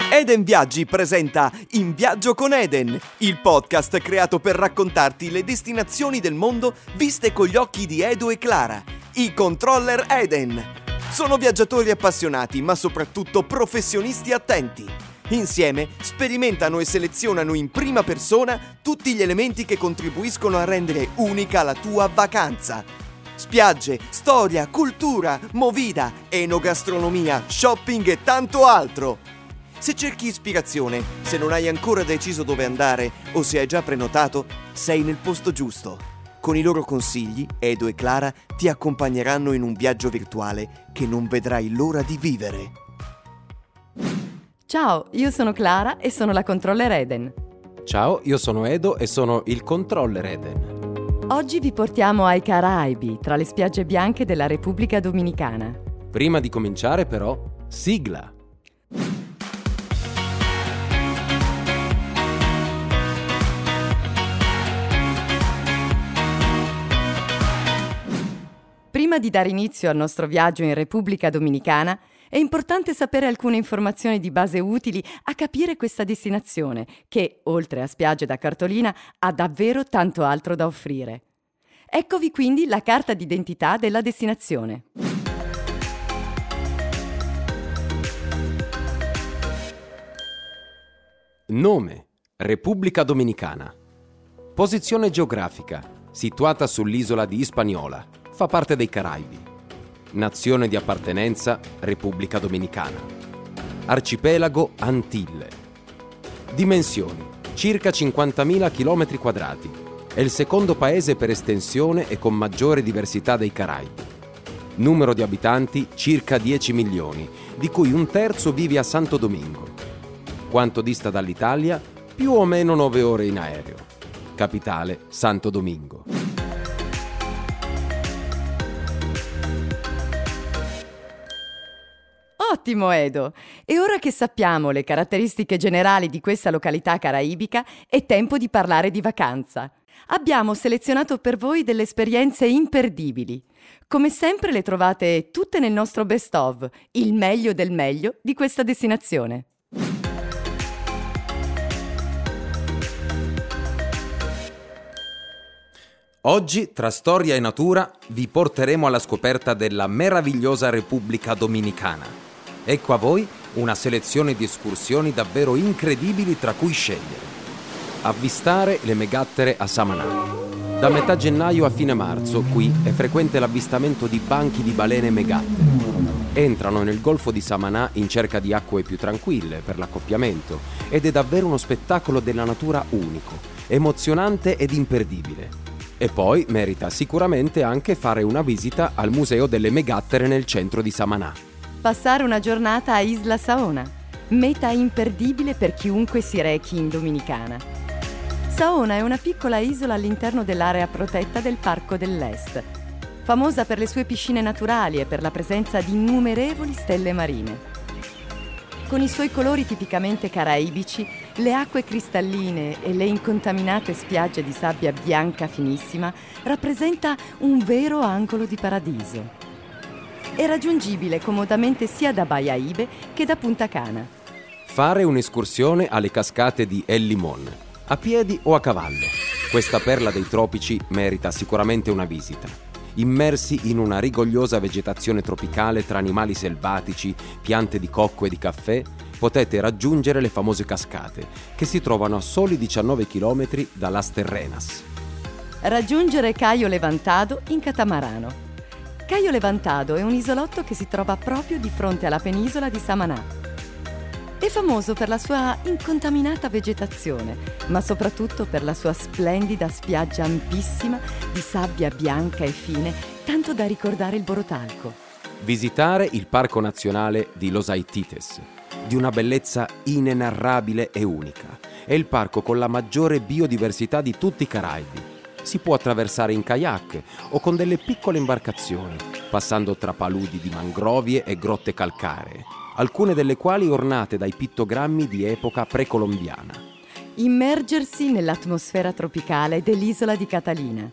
Eden Viaggi presenta In Viaggio con Eden, il podcast creato per raccontarti le destinazioni del mondo viste con gli occhi di Edo e Clara, i controller Eden. Sono viaggiatori appassionati, ma soprattutto professionisti attenti. Insieme sperimentano e selezionano in prima persona tutti gli elementi che contribuiscono a rendere unica la tua vacanza. Spiagge, storia, cultura, movida, enogastronomia, shopping e tanto altro. Se cerchi ispirazione, se non hai ancora deciso dove andare o se hai già prenotato, sei nel posto giusto. Con i loro consigli, Edo e Clara ti accompagneranno in un viaggio virtuale che non vedrai l'ora di vivere. Ciao, io sono Clara e sono la controller Eden. Ciao, io sono Edo e sono il controller Eden. Oggi vi portiamo ai Caraibi, tra le spiagge bianche della Repubblica Dominicana. Prima di cominciare però, sigla! Prima di dare inizio al nostro viaggio in Repubblica Dominicana, è importante sapere alcune informazioni di base utili a capire questa destinazione, che, oltre a spiagge da cartolina, ha davvero tanto altro da offrire. Eccovi quindi la carta d'identità della destinazione. Nome: Repubblica Dominicana. Posizione geografica: situata sull'isola di Hispaniola. Fa parte dei Caraibi. Nazione di appartenenza: Repubblica Dominicana. Arcipelago Antille. Dimensioni: circa 50.000 km². È il secondo paese per estensione e con maggiore diversità dei Caraibi. Numero di abitanti: circa 10 milioni, di cui un terzo vive a Santo Domingo. Quanto dista dall'Italia? Più o meno 9 ore in aereo. Capitale: Santo Domingo. Ottimo Edo! E ora che sappiamo le caratteristiche generali di questa località caraibica, è tempo di parlare di vacanza. Abbiamo selezionato per voi delle esperienze imperdibili. Come sempre le trovate tutte nel nostro best of, il meglio del meglio di questa destinazione. Oggi, tra storia e natura, vi porteremo alla scoperta della meravigliosa Repubblica Dominicana. Ecco a voi una selezione di escursioni davvero incredibili tra cui scegliere. Avvistare le megattere a Samaná. Da metà gennaio a fine marzo, qui è frequente l'avvistamento di banchi di balene megattere. Entrano nel golfo di Samaná in cerca di acque più tranquille per l'accoppiamento ed è davvero uno spettacolo della natura unico, emozionante ed imperdibile. E poi merita sicuramente anche fare una visita al Museo delle Megattere nel centro di Samaná. Passare una giornata a Isla Saona, meta imperdibile per chiunque si rechi in Dominicana. Saona è una piccola isola all'interno dell'area protetta del Parco dell'Est, famosa per le sue piscine naturali e per la presenza di innumerevoli stelle marine. Con i suoi colori tipicamente caraibici, le acque cristalline e le incontaminate spiagge di sabbia bianca finissima rappresenta un vero angolo di paradiso. È raggiungibile comodamente sia da Bahia Ibe che da Punta Cana. Fare un'escursione alle cascate di El Limón, a piedi o a cavallo. Questa perla dei tropici merita sicuramente una visita. Immersi in una rigogliosa vegetazione tropicale tra animali selvatici, piante di cocco e di caffè, potete raggiungere le famose cascate, che si trovano a soli 19 km da Las Terrenas. Raggiungere Cayo Levantado in catamarano. Cayo Levantado è un isolotto che si trova proprio di fronte alla penisola di Samaná. È famoso per la sua incontaminata vegetazione, ma soprattutto per la sua splendida spiaggia ampissima di sabbia bianca e fine, tanto da ricordare il Borotalco. Visitare il Parco Nazionale di Los Aitites, di una bellezza inenarrabile e unica. È il parco con la maggiore biodiversità di tutti i Caraibi. Si può attraversare in kayak o con delle piccole imbarcazioni, passando tra paludi di mangrovie e grotte calcaree, alcune delle quali ornate dai pittogrammi di epoca precolombiana. Immergersi nell'atmosfera tropicale dell'isola di Catalina.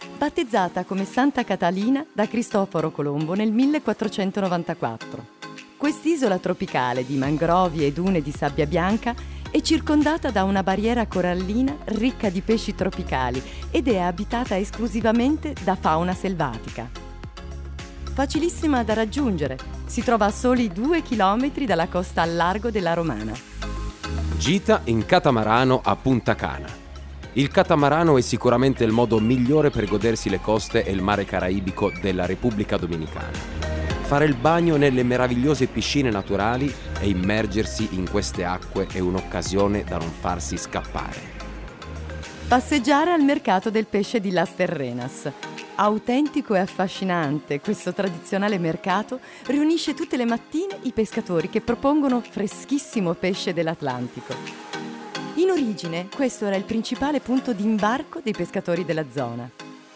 Battezzata come Santa Catalina da Cristoforo Colombo nel 1494. Quest'isola tropicale di mangrovi e dune di sabbia bianca è circondata da una barriera corallina ricca di pesci tropicali ed è abitata esclusivamente da fauna selvatica. Facilissima da raggiungere, si trova a soli 2 chilometri dalla costa al largo della Romana. Gita in catamarano a Punta Cana. Il catamarano è sicuramente il modo migliore per godersi le coste e il mare caraibico della Repubblica Dominicana. Fare il bagno nelle meravigliose piscine naturali e immergersi in queste acque è un'occasione da non farsi scappare. Passeggiare al mercato del pesce di Las Terrenas. Autentico e affascinante, questo tradizionale mercato riunisce tutte le mattine i pescatori che propongono freschissimo pesce dell'Atlantico. In origine, questo era il principale punto di imbarco dei pescatori della zona.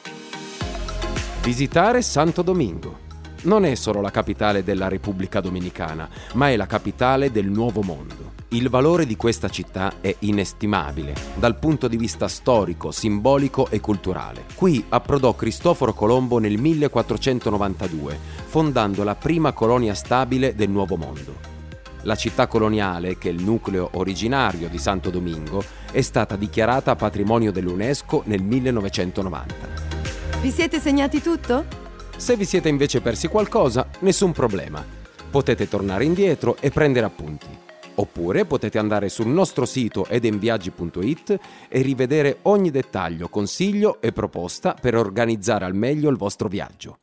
Visitare Santo Domingo. Non è solo la capitale della Repubblica Dominicana, ma è la capitale del Nuovo Mondo. Il valore di questa città è inestimabile dal punto di vista storico, simbolico e culturale. Qui approdò Cristoforo Colombo nel 1492, fondando la prima colonia stabile del Nuovo Mondo. La città coloniale, che è il nucleo originario di Santo Domingo, è stata dichiarata patrimonio dell'UNESCO nel 1990. Vi siete segnati tutto? Se vi siete invece persi qualcosa, nessun problema. Potete tornare indietro e prendere appunti. Oppure potete andare sul nostro sito edenviaggi.it e rivedere ogni dettaglio, consiglio e proposta per organizzare al meglio il vostro viaggio.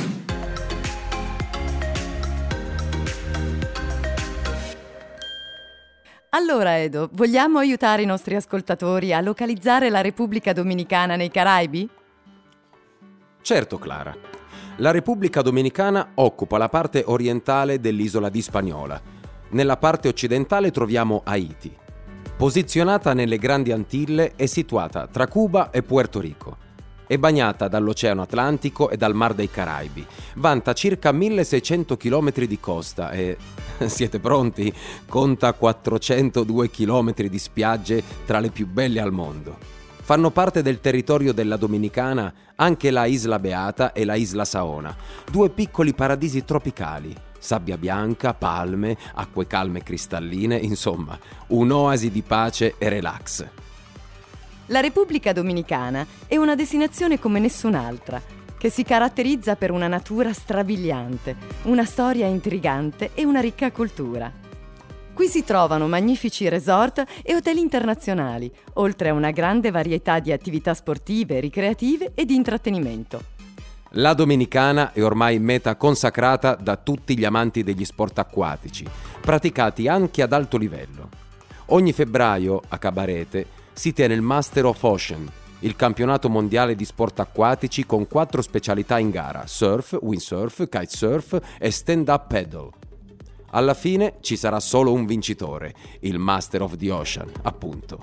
Allora Edo, vogliamo aiutare i nostri ascoltatori a localizzare la Repubblica Dominicana nei Caraibi? Certo, Clara. La Repubblica Dominicana occupa la parte orientale dell'isola di Hispaniola. Nella parte occidentale troviamo Haiti. Posizionata nelle Grandi Antille, è situata tra Cuba e Puerto Rico. È bagnata dall'Oceano Atlantico e dal Mar dei Caraibi. Vanta circa 1600 km di costa e, siete pronti? Conta 402 km di spiagge tra le più belle al mondo. Fanno parte del territorio della Dominicana anche la Isla Beata e la Isla Saona, 2 piccoli paradisi tropicali, sabbia bianca, palme, acque calme cristalline, insomma, un'oasi di pace e relax. La Repubblica Dominicana è una destinazione come nessun'altra, che si caratterizza per una natura strabiliante, una storia intrigante e una ricca cultura. Qui si trovano magnifici resort e hotel internazionali, oltre a una grande varietà di attività sportive, ricreative e di intrattenimento. La Dominicana è ormai meta consacrata da tutti gli amanti degli sport acquatici, praticati anche ad alto livello. Ogni febbraio, a Cabarete, si tiene il Master of Ocean, il campionato mondiale di sport acquatici con 4 specialità in gara: surf, windsurf, kitesurf e stand-up paddle. Alla fine ci sarà solo un vincitore, il Master of the Ocean, appunto.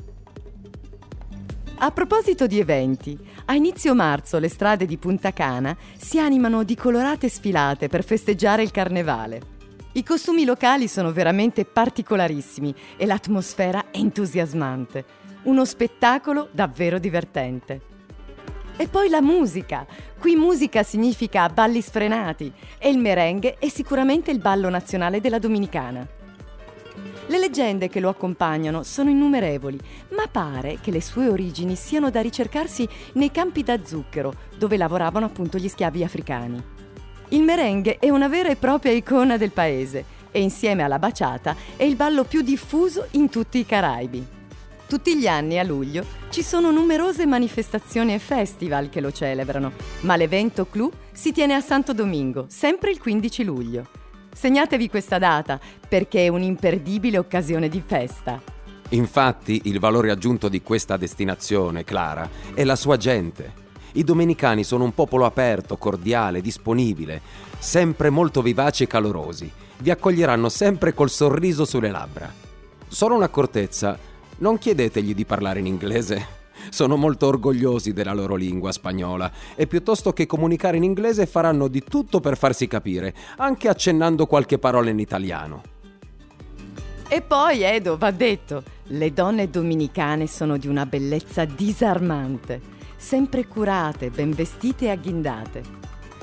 A proposito di eventi, a inizio marzo le strade di Punta Cana si animano di colorate sfilate per festeggiare il carnevale. I costumi locali sono veramente particolarissimi e l'atmosfera è entusiasmante. Uno spettacolo davvero divertente. E poi la musica. Qui musica significa balli sfrenati e il merengue è sicuramente il ballo nazionale della Dominicana. Le leggende che lo accompagnano sono innumerevoli, ma pare che le sue origini siano da ricercarsi nei campi da zucchero, dove lavoravano appunto gli schiavi africani. Il merengue è una vera e propria icona del paese e insieme alla baciata è il ballo più diffuso in tutti i Caraibi. Tutti gli anni a luglio ci sono numerose manifestazioni e festival che lo celebrano, ma l'evento clou si tiene a Santo Domingo, sempre il 15 luglio. Segnatevi questa data perché è un'imperdibile occasione di festa. Infatti, il valore aggiunto di questa destinazione, Clara, è la sua gente. I domenicani sono un popolo aperto, cordiale, disponibile, sempre molto vivaci e calorosi. Vi accoglieranno sempre col sorriso sulle labbra. Solo un'accortezza: non chiedetegli di parlare in inglese. Sono molto orgogliosi della loro lingua spagnola e piuttosto che comunicare in inglese faranno di tutto per farsi capire, anche accennando qualche parola in italiano. E poi, Edo, va detto, le donne dominicane sono di una bellezza disarmante, sempre curate, ben vestite e agghindate.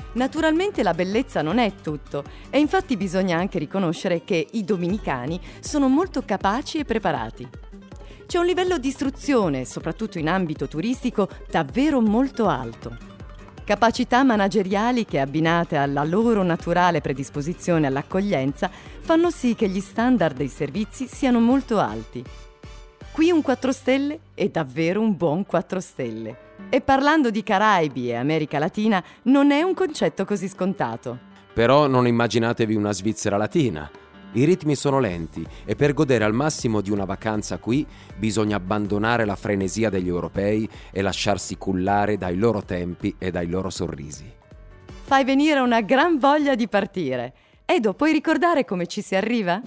Naturalmente la bellezza non è tutto e infatti bisogna anche riconoscere che i dominicani sono molto capaci e preparati. C'è un livello di istruzione, soprattutto in ambito turistico, davvero molto alto. Capacità manageriali che, abbinate alla loro naturale predisposizione all'accoglienza, fanno sì che gli standard dei servizi siano molto alti. Qui un 4 stelle è davvero un buon 4 stelle. E parlando di Caraibi e America Latina, non è un concetto così scontato. Però non immaginatevi una Svizzera latina. I ritmi sono lenti e per godere al massimo di una vacanza qui bisogna abbandonare la frenesia degli europei e lasciarsi cullare dai loro tempi e dai loro sorrisi. Fai venire una gran voglia di partire. Edo, puoi ricordare come ci si arriva?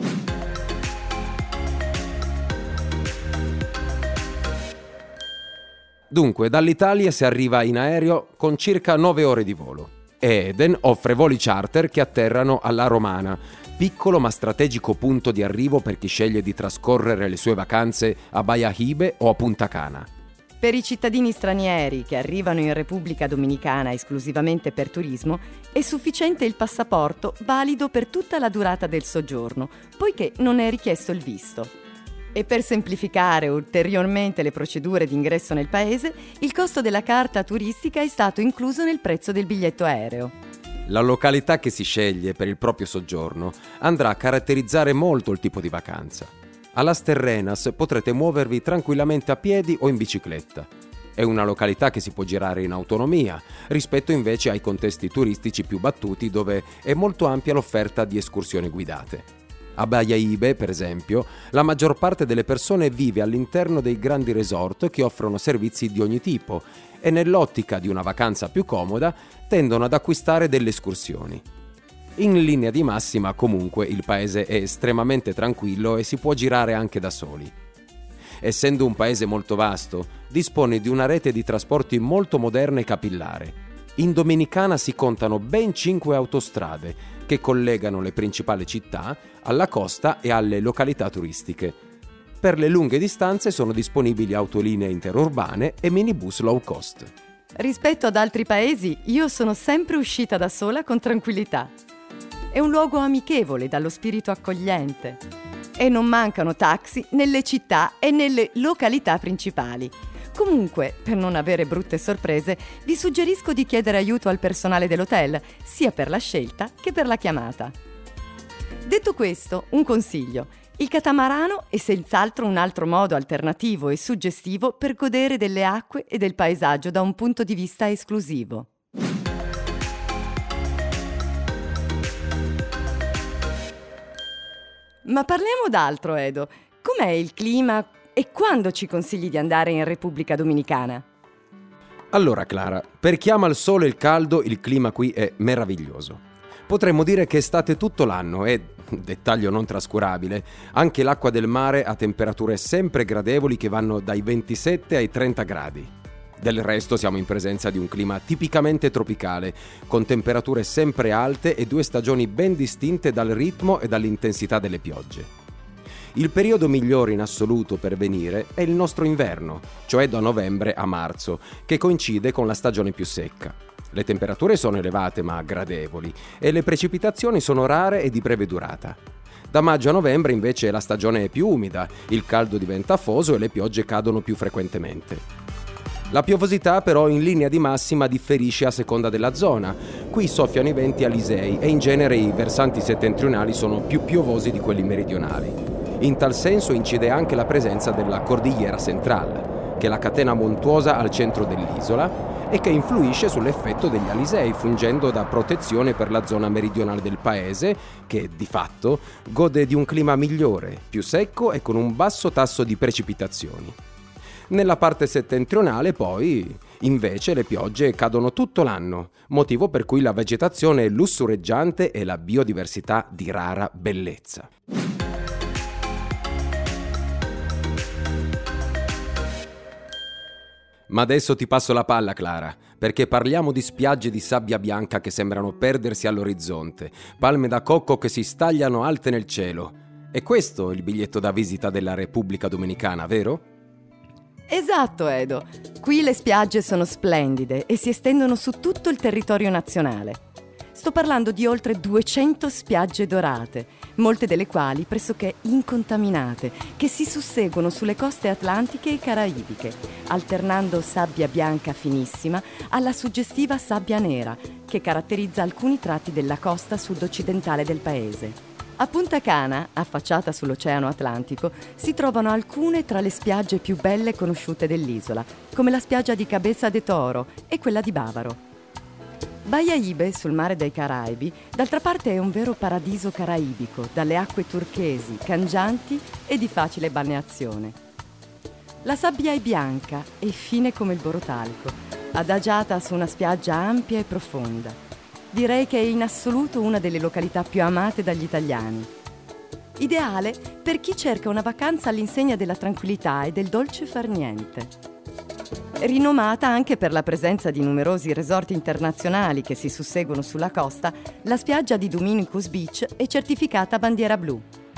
Dunque, dall'Italia si arriva in aereo con circa 9 ore di volo. Eden offre voli charter che atterrano alla Romana, piccolo ma strategico punto di arrivo per chi sceglie di trascorrere le sue vacanze a Bahia Hibe o a Punta Cana. Per i cittadini stranieri che arrivano in Repubblica Dominicana esclusivamente per turismo, è sufficiente il passaporto valido per tutta la durata del soggiorno, poiché non è richiesto il visto. E per semplificare ulteriormente le procedure di ingresso nel paese, il costo della carta turistica è stato incluso nel prezzo del biglietto aereo. La località che si sceglie per il proprio soggiorno andrà a caratterizzare molto il tipo di vacanza. A Las Terrenas potrete muovervi tranquillamente a piedi o in bicicletta. È una località che si può girare in autonomia, rispetto invece ai contesti turistici più battuti dove è molto ampia l'offerta di escursioni guidate. A Bahia Hibe, per esempio, la maggior parte delle persone vive all'interno dei grandi resort che offrono servizi di ogni tipo e nell'ottica di una vacanza più comoda tendono ad acquistare delle escursioni. In linea di massima, comunque, il paese è estremamente tranquillo e si può girare anche da soli. Essendo un paese molto vasto, dispone di una rete di trasporti molto moderna e capillare. In Dominicana si contano ben 5 autostrade che collegano le principali città alla costa e alle località turistiche. Per le lunghe distanze sono disponibili autolinee interurbane e minibus low cost. Rispetto ad altri paesi, io sono sempre uscita da sola con tranquillità. È un luogo amichevole, dallo spirito accogliente. E non mancano taxi nelle città e nelle località principali. Comunque, per non avere brutte sorprese, vi suggerisco di chiedere aiuto al personale dell'hotel, sia per la scelta che per la chiamata. Detto questo, un consiglio. Il catamarano è senz'altro un altro modo alternativo e suggestivo per godere delle acque e del paesaggio da un punto di vista esclusivo. Ma parliamo d'altro, Edo. Com'è il clima e quando ci consigli di andare in Repubblica Dominicana? Allora Clara, per chi ama il sole e il caldo, il clima qui è meraviglioso. Potremmo dire che è estate tutto l'anno e, dettaglio non trascurabile, anche l'acqua del mare ha temperature sempre gradevoli che vanno dai 27 ai 30 gradi. Del resto siamo in presenza di un clima tipicamente tropicale, con temperature sempre alte e 2 stagioni ben distinte dal ritmo e dall'intensità delle piogge. Il periodo migliore in assoluto per venire è il nostro inverno, cioè da novembre a marzo, che coincide con la stagione più secca. Le temperature sono elevate ma gradevoli e le precipitazioni sono rare e di breve durata. Da maggio a novembre invece la stagione è più umida, il caldo diventa afoso e le piogge cadono più frequentemente. La piovosità però in linea di massima differisce a seconda della zona. Qui soffiano i venti alisei e in genere i versanti settentrionali sono più piovosi di quelli meridionali. In tal senso incide anche la presenza della Cordillera Central, che è la catena montuosa al centro dell'isola e che influisce sull'effetto degli alisei, fungendo da protezione per la zona meridionale del paese, che di fatto gode di un clima migliore, più secco e con un basso tasso di precipitazioni. Nella parte settentrionale, poi, invece, le piogge cadono tutto l'anno, motivo per cui la vegetazione è lussureggiante e la biodiversità di rara bellezza. Ma adesso ti passo la palla, Clara, perché parliamo di spiagge di sabbia bianca che sembrano perdersi all'orizzonte, palme da cocco che si stagliano alte nel cielo. E questo è il biglietto da visita della Repubblica Dominicana, vero? Esatto, Edo. Qui le spiagge sono splendide e si estendono su tutto il territorio nazionale. Sto parlando di oltre 200 spiagge dorate, molte delle quali pressoché incontaminate, che si susseguono sulle coste atlantiche e caraibiche, alternando sabbia bianca finissima alla suggestiva sabbia nera, che caratterizza alcuni tratti della costa sud-occidentale del paese. A Punta Cana, affacciata sull'Oceano Atlantico, si trovano alcune tra le spiagge più belle conosciute dell'isola, come la spiaggia di Cabeza de Toro e quella di Bávaro. Baia Ibe, sul mare dei Caraibi, d'altra parte è un vero paradiso caraibico, dalle acque turchesi, cangianti e di facile balneazione. La sabbia è bianca e fine come il borotalco, adagiata su una spiaggia ampia e profonda. Direi che è in assoluto una delle località più amate dagli italiani. Ideale per chi cerca una vacanza all'insegna della tranquillità e del dolce far niente. Rinomata anche per la presenza di numerosi resort internazionali che si susseguono sulla costa, la spiaggia di Dominicus Beach è certificata bandiera blu.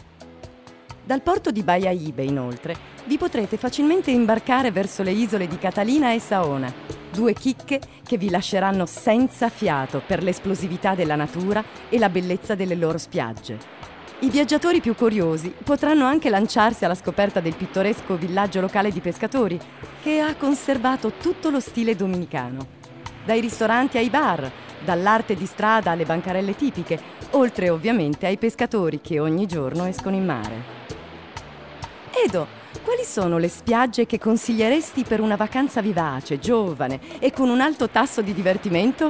Dal porto di Baia Ibe, inoltre, vi potrete facilmente imbarcare verso le isole di Catalina e Saona, due chicche che vi lasceranno senza fiato per l'esplosività della natura e la bellezza delle loro spiagge. I viaggiatori più curiosi potranno anche lanciarsi alla scoperta del pittoresco villaggio locale di pescatori, che ha conservato tutto lo stile dominicano. Dai ristoranti ai bar, dall'arte di strada alle bancarelle tipiche, oltre ovviamente ai pescatori che ogni giorno escono in mare. Edo, quali sono le spiagge che consiglieresti per una vacanza vivace, giovane e con un alto tasso di divertimento?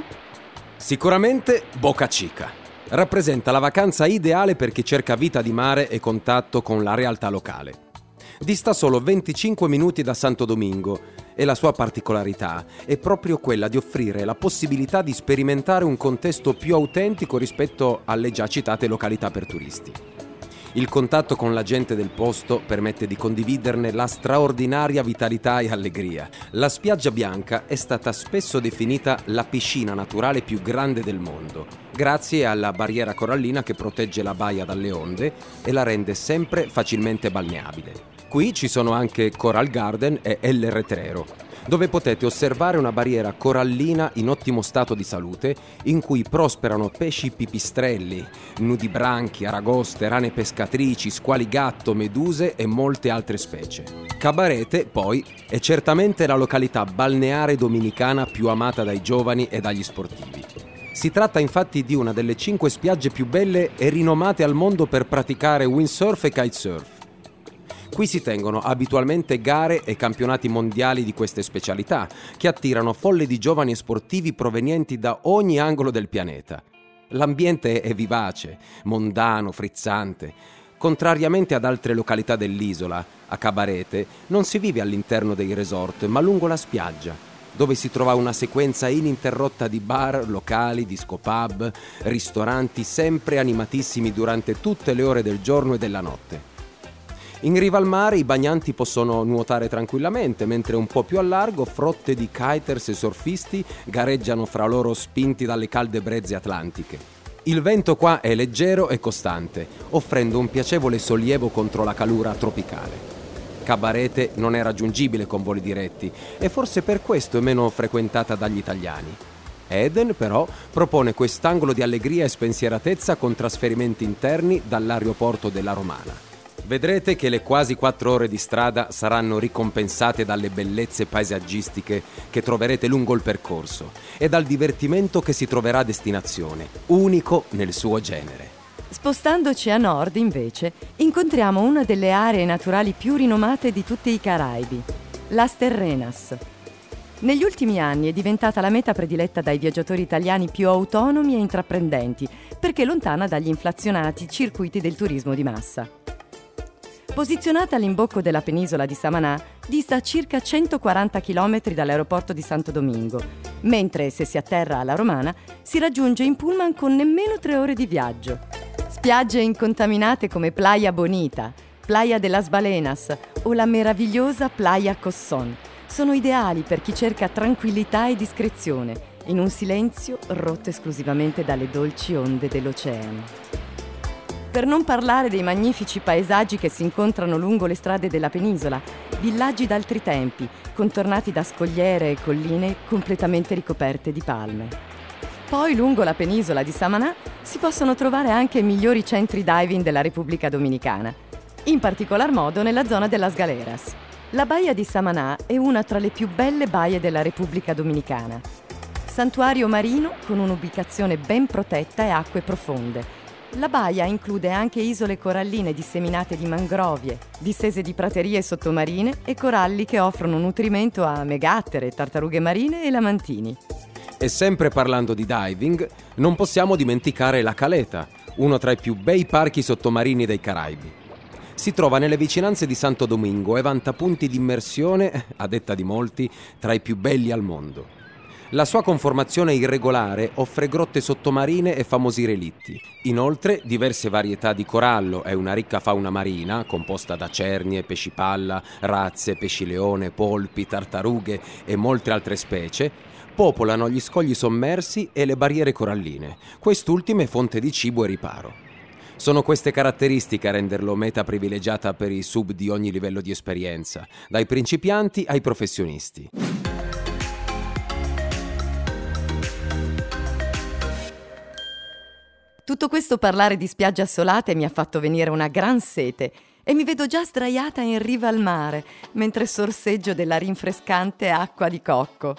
Sicuramente Boca Chica. Rappresenta la vacanza ideale per chi cerca vita di mare e contatto con la realtà locale. Dista solo 25 minuti da Santo Domingo e la sua particolarità è proprio quella di offrire la possibilità di sperimentare un contesto più autentico rispetto alle già citate località per turisti. Il contatto con la gente del posto permette di condividerne la straordinaria vitalità e allegria. La spiaggia bianca è stata spesso definita la piscina naturale più grande del mondo, grazie alla barriera corallina che protegge la baia dalle onde e la rende sempre facilmente balneabile. Qui ci sono anche Coral Garden e El Retrero, dove potete osservare una barriera corallina in ottimo stato di salute, in cui prosperano pesci pipistrelli, nudibranchi, aragoste, rane pescatrici, squali gatto, meduse e molte altre specie. Cabarete, poi, è certamente la località balneare dominicana più amata dai giovani e dagli sportivi. Si tratta infatti di una delle 5 spiagge più belle e rinomate al mondo per praticare windsurf e kitesurf. Qui si tengono abitualmente gare e campionati mondiali di queste specialità, che attirano folle di giovani e sportivi provenienti da ogni angolo del pianeta. L'ambiente è vivace, mondano, frizzante. Contrariamente ad altre località dell'isola, a Cabarete non si vive all'interno dei resort, ma lungo la spiaggia, dove si trova una sequenza ininterrotta di bar, locali, disco pub, ristoranti sempre animatissimi durante tutte le ore del giorno e della notte. In riva al mare i bagnanti possono nuotare tranquillamente, mentre un po' più a largo frotte di kiters e surfisti gareggiano fra loro spinti dalle calde brezze atlantiche. Il vento qua è leggero e costante, offrendo un piacevole sollievo contro la calura tropicale. Cabarete non è raggiungibile con voli diretti e forse per questo è meno frequentata dagli italiani. Eden, però, propone quest'angolo di allegria e spensieratezza con trasferimenti interni dall'aeroporto della Romana. Vedrete che le quasi 4 ore di strada saranno ricompensate dalle bellezze paesaggistiche che troverete lungo il percorso e dal divertimento che si troverà a destinazione, unico nel suo genere. Spostandoci a nord, invece, incontriamo una delle aree naturali più rinomate di tutti i Caraibi, Las Terrenas. Negli ultimi anni è diventata la meta prediletta dai viaggiatori italiani più autonomi e intraprendenti, perché lontana dagli inflazionati circuiti del turismo di massa. Posizionata all'imbocco della penisola di Samaná, dista circa 140 km dall'aeroporto di Santo Domingo, mentre se si atterra alla Romana si raggiunge in pullman con nemmeno 3 ore di viaggio. Spiagge incontaminate come Playa Bonita, Playa de las Balenas o la meravigliosa Playa Cossón sono ideali per chi cerca tranquillità e discrezione, in un silenzio rotto esclusivamente dalle dolci onde dell'oceano. Per non parlare dei magnifici paesaggi che si incontrano lungo le strade della penisola, villaggi d'altri tempi, contornati da scogliere e colline completamente ricoperte di palme. Poi, lungo la penisola di Samaná, si possono trovare anche i migliori centri diving della Repubblica Dominicana, in particolar modo nella zona de Las Galeras. La baia di Samaná è una tra le più belle baie della Repubblica Dominicana. Santuario marino con un'ubicazione ben protetta e acque profonde. La baia include anche isole coralline disseminate di mangrovie, distese di praterie sottomarine e coralli che offrono nutrimento a megattere, tartarughe marine e lamantini. E sempre parlando di diving, non possiamo dimenticare la Caleta, uno tra i più bei parchi sottomarini dei Caraibi. Si trova nelle vicinanze di Santo Domingo e vanta punti di immersione, a detta di molti, tra i più belli al mondo. La sua conformazione irregolare offre grotte sottomarine e famosi relitti. Inoltre, diverse varietà di corallo e una ricca fauna marina, composta da cernie, pesci palla, razze, pesci leone, polpi, tartarughe e molte altre specie, popolano gli scogli sommersi e le barriere coralline, quest'ultime fonte di cibo e riparo. Sono queste caratteristiche a renderlo meta privilegiata per i sub di ogni livello di esperienza, dai principianti ai professionisti. Tutto questo parlare di spiagge assolate mi ha fatto venire una gran sete e mi vedo già sdraiata in riva al mare mentre sorseggio della rinfrescante acqua di cocco.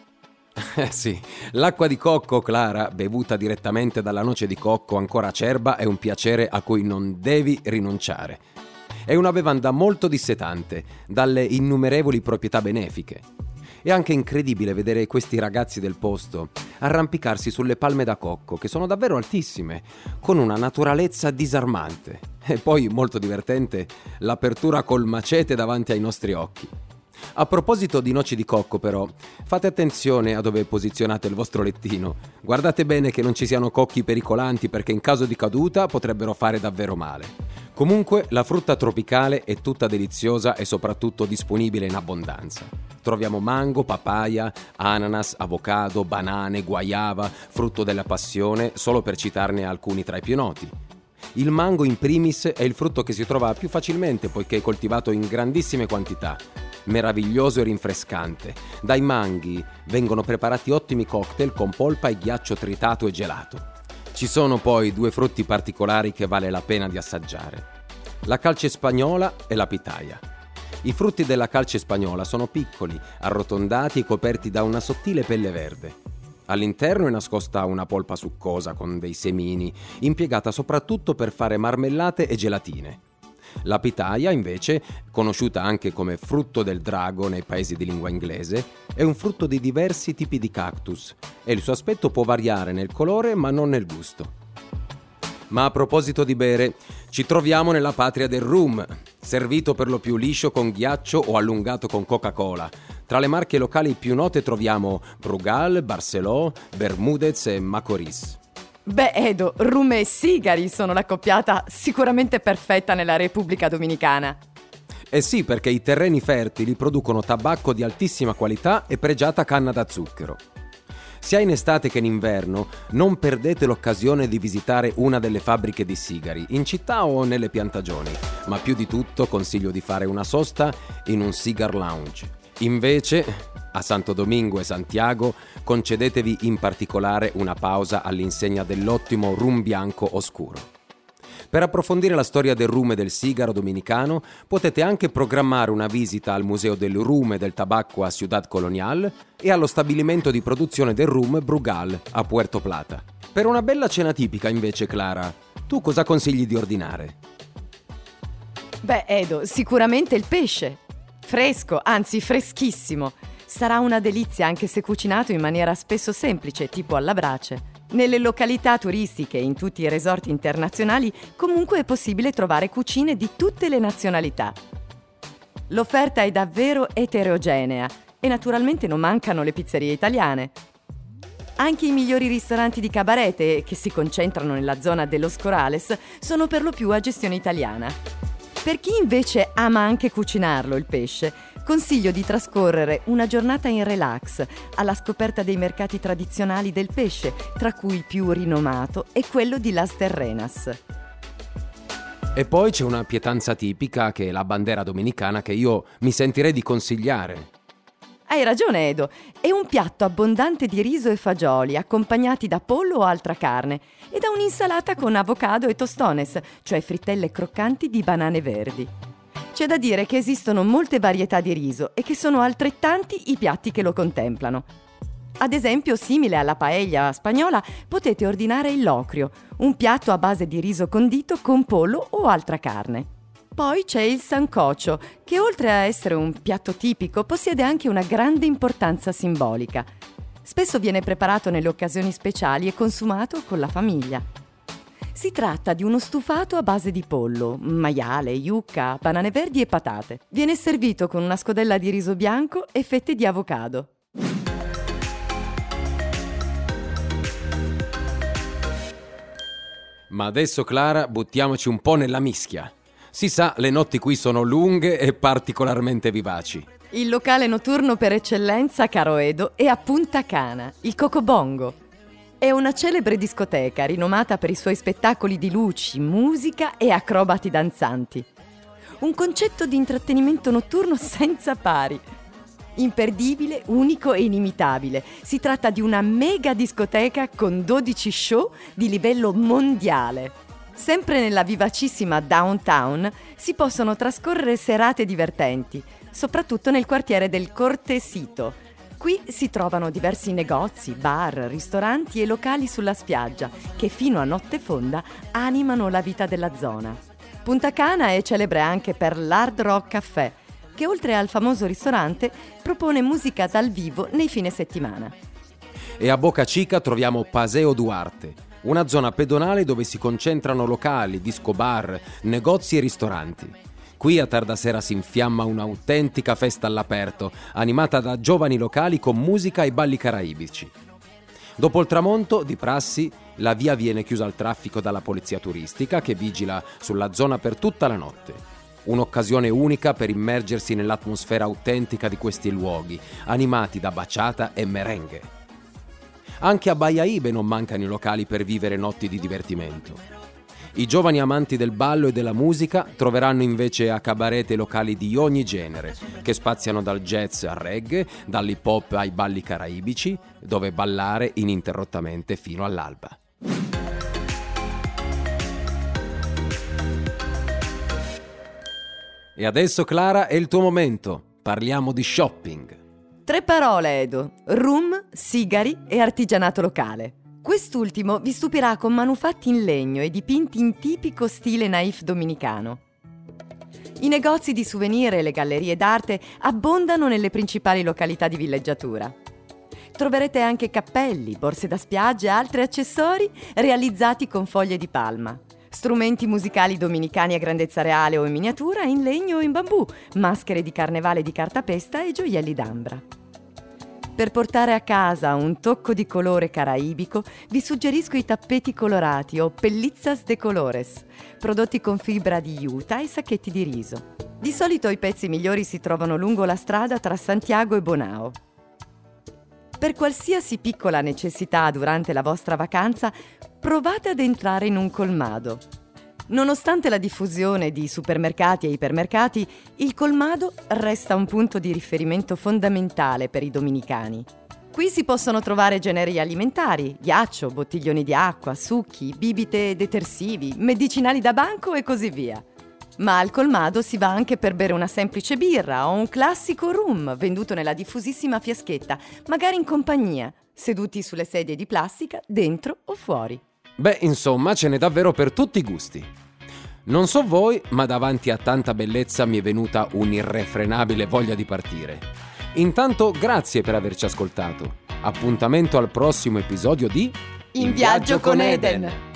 Sì, l'acqua di cocco, Clara, bevuta direttamente dalla noce di cocco ancora acerba, è un piacere a cui non devi rinunciare. È una bevanda molto dissetante, dalle innumerevoli proprietà benefiche. È anche incredibile vedere questi ragazzi del posto arrampicarsi sulle palme da cocco, che sono davvero altissime, con una naturalezza disarmante. E poi, molto divertente, l'apertura col macete davanti ai nostri occhi. A proposito di noci di cocco, però, fate attenzione a dove posizionate il vostro lettino. Guardate bene che non ci siano cocchi pericolanti, perché in caso di caduta potrebbero fare davvero male. Comunque, la frutta tropicale è tutta deliziosa e soprattutto disponibile in abbondanza. Troviamo mango, papaya, ananas, avocado, banane, guayaba, frutto della passione, solo per citarne alcuni tra i più noti. Il mango in primis è il frutto che si trova più facilmente poiché è coltivato in grandissime quantità. Meraviglioso e rinfrescante. Dai manghi vengono preparati ottimi cocktail con polpa e ghiaccio tritato e gelato. Ci sono poi due frutti particolari che vale la pena di assaggiare: la calce spagnola e la pitaya. I frutti della calce spagnola sono piccoli, arrotondati e coperti da una sottile pelle verde. All'interno è nascosta una polpa succosa con dei semini, impiegata soprattutto per fare marmellate e gelatine. La pitaya, invece, conosciuta anche come frutto del drago nei paesi di lingua inglese, è un frutto di diversi tipi di cactus e il suo aspetto può variare nel colore ma non nel gusto. Ma a proposito di bere, ci troviamo nella patria del rum, servito per lo più liscio con ghiaccio o allungato con Coca-Cola. Tra le marche locali più note troviamo Brugal, Barceló, Bermúdez e Macorís. Beh, Edo, rum e sigari sono l'accoppiata sicuramente perfetta nella Repubblica Dominicana. Eh sì, perché i terreni fertili producono tabacco di altissima qualità e pregiata canna da zucchero. Sia in estate che in inverno non perdete l'occasione di visitare una delle fabbriche di sigari, in città o nelle piantagioni, ma più di tutto consiglio di fare una sosta in un cigar lounge. Invece, a Santo Domingo e Santiago, concedetevi in particolare una pausa all'insegna dell'ottimo rum bianco oscuro. Per approfondire la storia del rum e del sigaro dominicano, potete anche programmare una visita al Museo del Rum e del Tabacco a Ciudad Colonial e allo stabilimento di produzione del rum Brugal a Puerto Plata. Per una bella cena tipica, invece, Clara, tu cosa consigli di ordinare? Beh, Edo, sicuramente il pesce. Fresco, anzi freschissimo. Sarà una delizia anche se cucinato in maniera spesso semplice, tipo alla brace. Nelle località turistiche e in tutti i resort internazionali comunque è possibile trovare cucine di tutte le nazionalità. L'offerta è davvero eterogenea e naturalmente non mancano le pizzerie italiane. Anche i migliori ristoranti di cabaret, che si concentrano nella zona de Los Corrales, sono per lo più a gestione italiana. Per chi invece ama anche cucinarlo il pesce, consiglio di trascorrere una giornata in relax alla scoperta dei mercati tradizionali del pesce, tra cui il più rinomato è quello di Las Terrenas. E poi c'è una pietanza tipica che è la bandera dominicana che io mi sentirei di consigliare. Hai ragione, Edo. È un piatto abbondante di riso e fagioli, accompagnati da pollo o altra carne, e da un'insalata con avocado e tostones, cioè frittelle croccanti di banane verdi. C'è da dire che esistono molte varietà di riso e che sono altrettanti i piatti che lo contemplano. Ad esempio, simile alla paella spagnola, potete ordinare il locrio, un piatto a base di riso condito con pollo o altra carne. Poi c'è il sancocho, che oltre a essere un piatto tipico, possiede anche una grande importanza simbolica. Spesso viene preparato nelle occasioni speciali e consumato con la famiglia. Si tratta di uno stufato a base di pollo, maiale, yucca, banane verdi e patate. Viene servito con una scodella di riso bianco e fette di avocado. Ma adesso, Clara, buttiamoci un po' nella mischia. Si sa, le notti qui sono lunghe e particolarmente vivaci. Il locale notturno per eccellenza, caro Edo, è a Punta Cana, il Cocobongo. È una celebre discoteca rinomata per i suoi spettacoli di luci, musica e acrobati danzanti. Un concetto di intrattenimento notturno senza pari. Imperdibile, unico e inimitabile. Si tratta di una mega discoteca con 12 show di livello mondiale. Sempre nella vivacissima downtown si possono trascorrere serate divertenti, soprattutto nel quartiere del Cortecito. Qui si trovano diversi negozi, bar, ristoranti e locali sulla spiaggia che fino a notte fonda animano la vita della zona. Punta Cana è celebre anche per l'Hard Rock Café, che oltre al famoso ristorante propone musica dal vivo nei fine settimana. E a Boca Chica troviamo Paseo Duarte, una zona pedonale dove si concentrano locali, disco bar, negozi e ristoranti. Qui a tarda sera si infiamma un'autentica festa all'aperto, animata da giovani locali con musica e balli caraibici. Dopo il tramonto, di prassi, la via viene chiusa al traffico dalla polizia turistica che vigila sulla zona per tutta la notte. Un'occasione unica per immergersi nell'atmosfera autentica di questi luoghi, animati da bachata e merengue. Anche a Baia Ibe non mancano i locali per vivere notti di divertimento. I giovani amanti del ballo e della musica troveranno invece a cabaret e locali di ogni genere, che spaziano dal jazz al reggae, dall'hip hop ai balli caraibici, dove ballare ininterrottamente fino all'alba. E adesso, Clara, è il tuo momento. Parliamo di shopping. 3 parole, Edo: rum, sigari e artigianato locale. Quest'ultimo vi stupirà con manufatti in legno e dipinti in tipico stile naif dominicano. I negozi di souvenir e le gallerie d'arte abbondano nelle principali località di villeggiatura. Troverete anche cappelli, borse da spiaggia e altri accessori realizzati con foglie di palma. Strumenti musicali dominicani a grandezza reale o in miniatura, in legno o in bambù, maschere di carnevale di cartapesta e gioielli d'ambra. Per portare a casa un tocco di colore caraibico, vi suggerisco i tappeti colorati o pellizzas de colores, prodotti con fibra di juta e sacchetti di riso. Di solito i pezzi migliori si trovano lungo la strada tra Santiago e Bonao. Per qualsiasi piccola necessità durante la vostra vacanza, provate ad entrare in un colmado. Nonostante la diffusione di supermercati e ipermercati, il colmado resta un punto di riferimento fondamentale per i dominicani. Qui si possono trovare generi alimentari, ghiaccio, bottiglioni di acqua, succhi, bibite detersivi, medicinali da banco e così via. Ma al colmado si va anche per bere una semplice birra o un classico rum venduto nella diffusissima fiaschetta, magari in compagnia, seduti sulle sedie di plastica, dentro o fuori. Beh, insomma, ce n'è davvero per tutti i gusti. Non so voi, ma davanti a tanta bellezza mi è venuta un'irrefrenabile voglia di partire. Intanto, grazie per averci ascoltato. Appuntamento al prossimo episodio di In Viaggio con Eden!